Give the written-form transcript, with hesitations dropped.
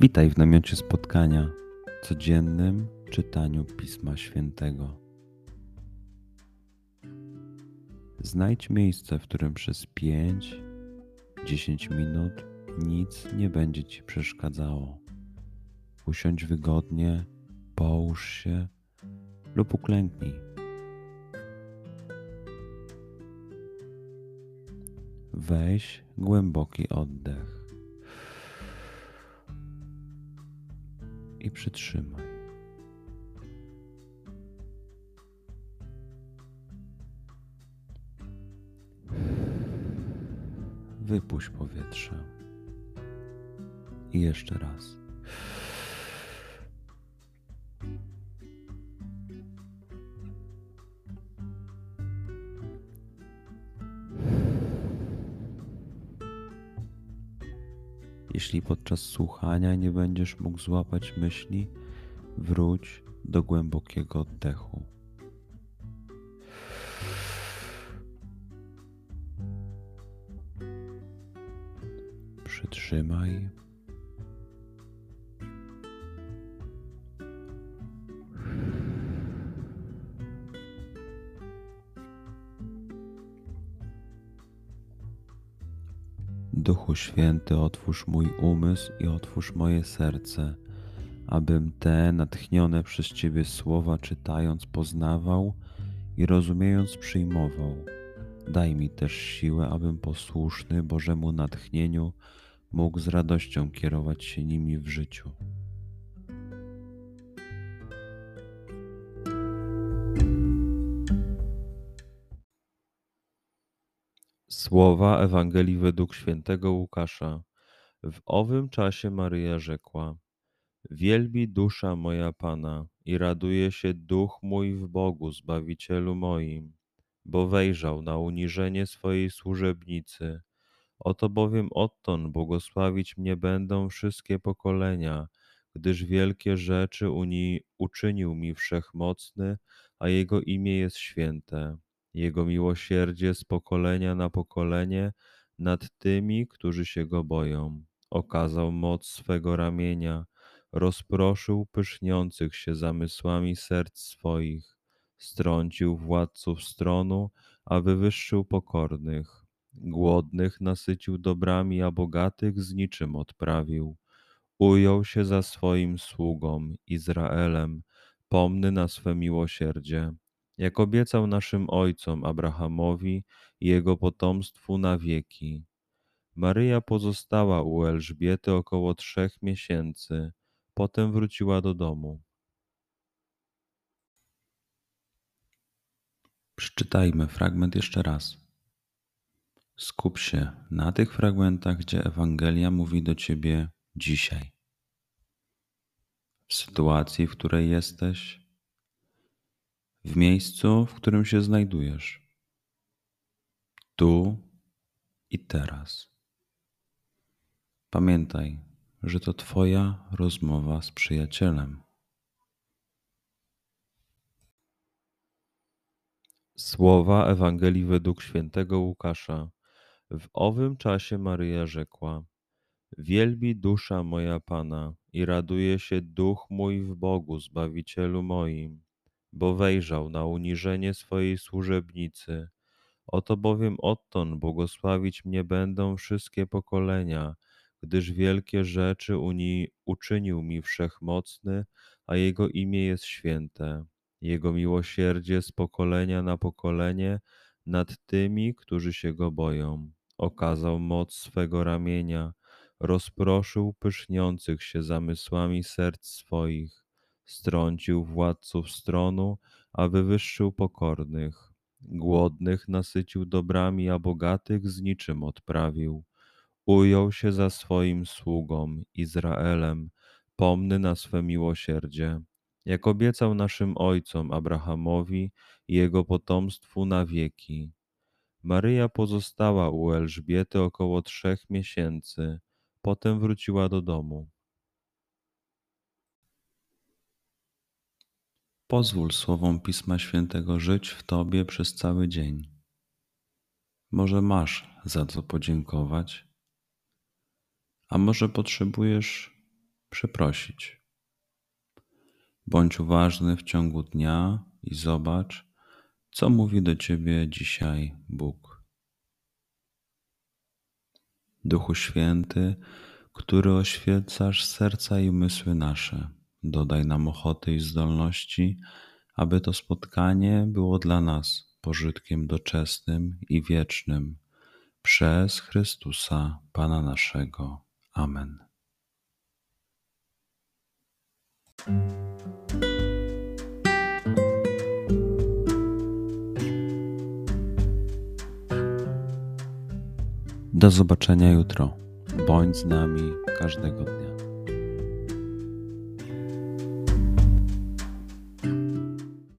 Witaj w namiocie spotkania, codziennym czytaniu Pisma Świętego. Znajdź miejsce, w którym przez 5-10 minut nic nie będzie Ci przeszkadzało. Usiądź wygodnie, połóż się lub uklęknij. Weź głęboki oddech i przytrzymaj. Wypuść powietrze. I jeszcze raz. Jeśli podczas słuchania nie będziesz mógł złapać myśli, wróć do głębokiego oddechu. Przytrzymaj. Duchu Święty, otwórz mój umysł i otwórz moje serce, abym te natchnione przez Ciebie słowa czytając poznawał i rozumiejąc przyjmował. Daj mi też siłę, abym posłuszny Bożemu natchnieniu mógł z radością kierować się nimi w życiu. Słowa Ewangelii według świętego Łukasza. W owym czasie Maryja rzekła: Wielbi dusza moja Pana i raduje się duch mój w Bogu, Zbawicielu moim, bo wejrzał na uniżenie swojej służebnicy. Oto bowiem odtąd błogosławić mnie będą wszystkie pokolenia, gdyż wielkie rzeczy uczynił mi Wszechmocny, a Jego imię jest święte. Jego miłosierdzie z pokolenia na pokolenie nad tymi, którzy się Go boją. Okazał moc swego ramienia, rozproszył pyszniących się zamysłami serc swoich, strącił władców stronu, a wywyższył pokornych. Głodnych nasycił dobrami, a bogatych z niczym odprawił. Ujął się za swoim sługą, Izraelem, pomny na swe miłosierdzie, jak obiecał naszym ojcom Abrahamowi i jego potomstwu na wieki. Maryja pozostała u Elżbiety około 3 miesięcy, potem wróciła do domu. Przeczytajmy fragment jeszcze raz. Skup się na tych fragmentach, gdzie Ewangelia mówi do Ciebie dzisiaj. W sytuacji, w której jesteś, w miejscu, w którym się znajdujesz, tu i teraz. Pamiętaj, że to Twoja rozmowa z przyjacielem. Słowa Ewangelii według świętego Łukasza. W owym czasie Maryja rzekła: Wielbi dusza moja Pana i raduje się duch mój w Bogu, Zbawicielu moim, bo wejrzał na uniżenie swojej służebnicy. Oto bowiem odtąd błogosławić mnie będą wszystkie pokolenia, gdyż wielkie rzeczy uczynił mi Wszechmocny, a Jego imię jest święte. Jego miłosierdzie z pokolenia na pokolenie nad tymi, którzy się Go boją. Okazał moc swego ramienia, rozproszył pyszniących się zamysłami serc swoich, strącił władców stronu, a wywyższył pokornych. Głodnych nasycił dobrami, a bogatych z niczym odprawił. Ujął się za swoim sługą, Izraelem, pomny na swe miłosierdzie, jak obiecał naszym ojcom Abrahamowi i jego potomstwu na wieki. Maryja pozostała u Elżbiety około 3 miesięcy, potem wróciła do domu. Pozwól słowom Pisma Świętego żyć w Tobie przez cały dzień. Może masz za co podziękować, a może potrzebujesz przeprosić. Bądź uważny w ciągu dnia i zobacz, co mówi do ciebie dzisiaj Bóg. Duchu Święty, który oświecasz serca i umysły nasze, dodaj nam ochoty i zdolności, aby to spotkanie było dla nas pożytkiem doczesnym i wiecznym. Przez Chrystusa, Pana naszego. Amen. Do zobaczenia jutro. Bądź z nami każdego dnia.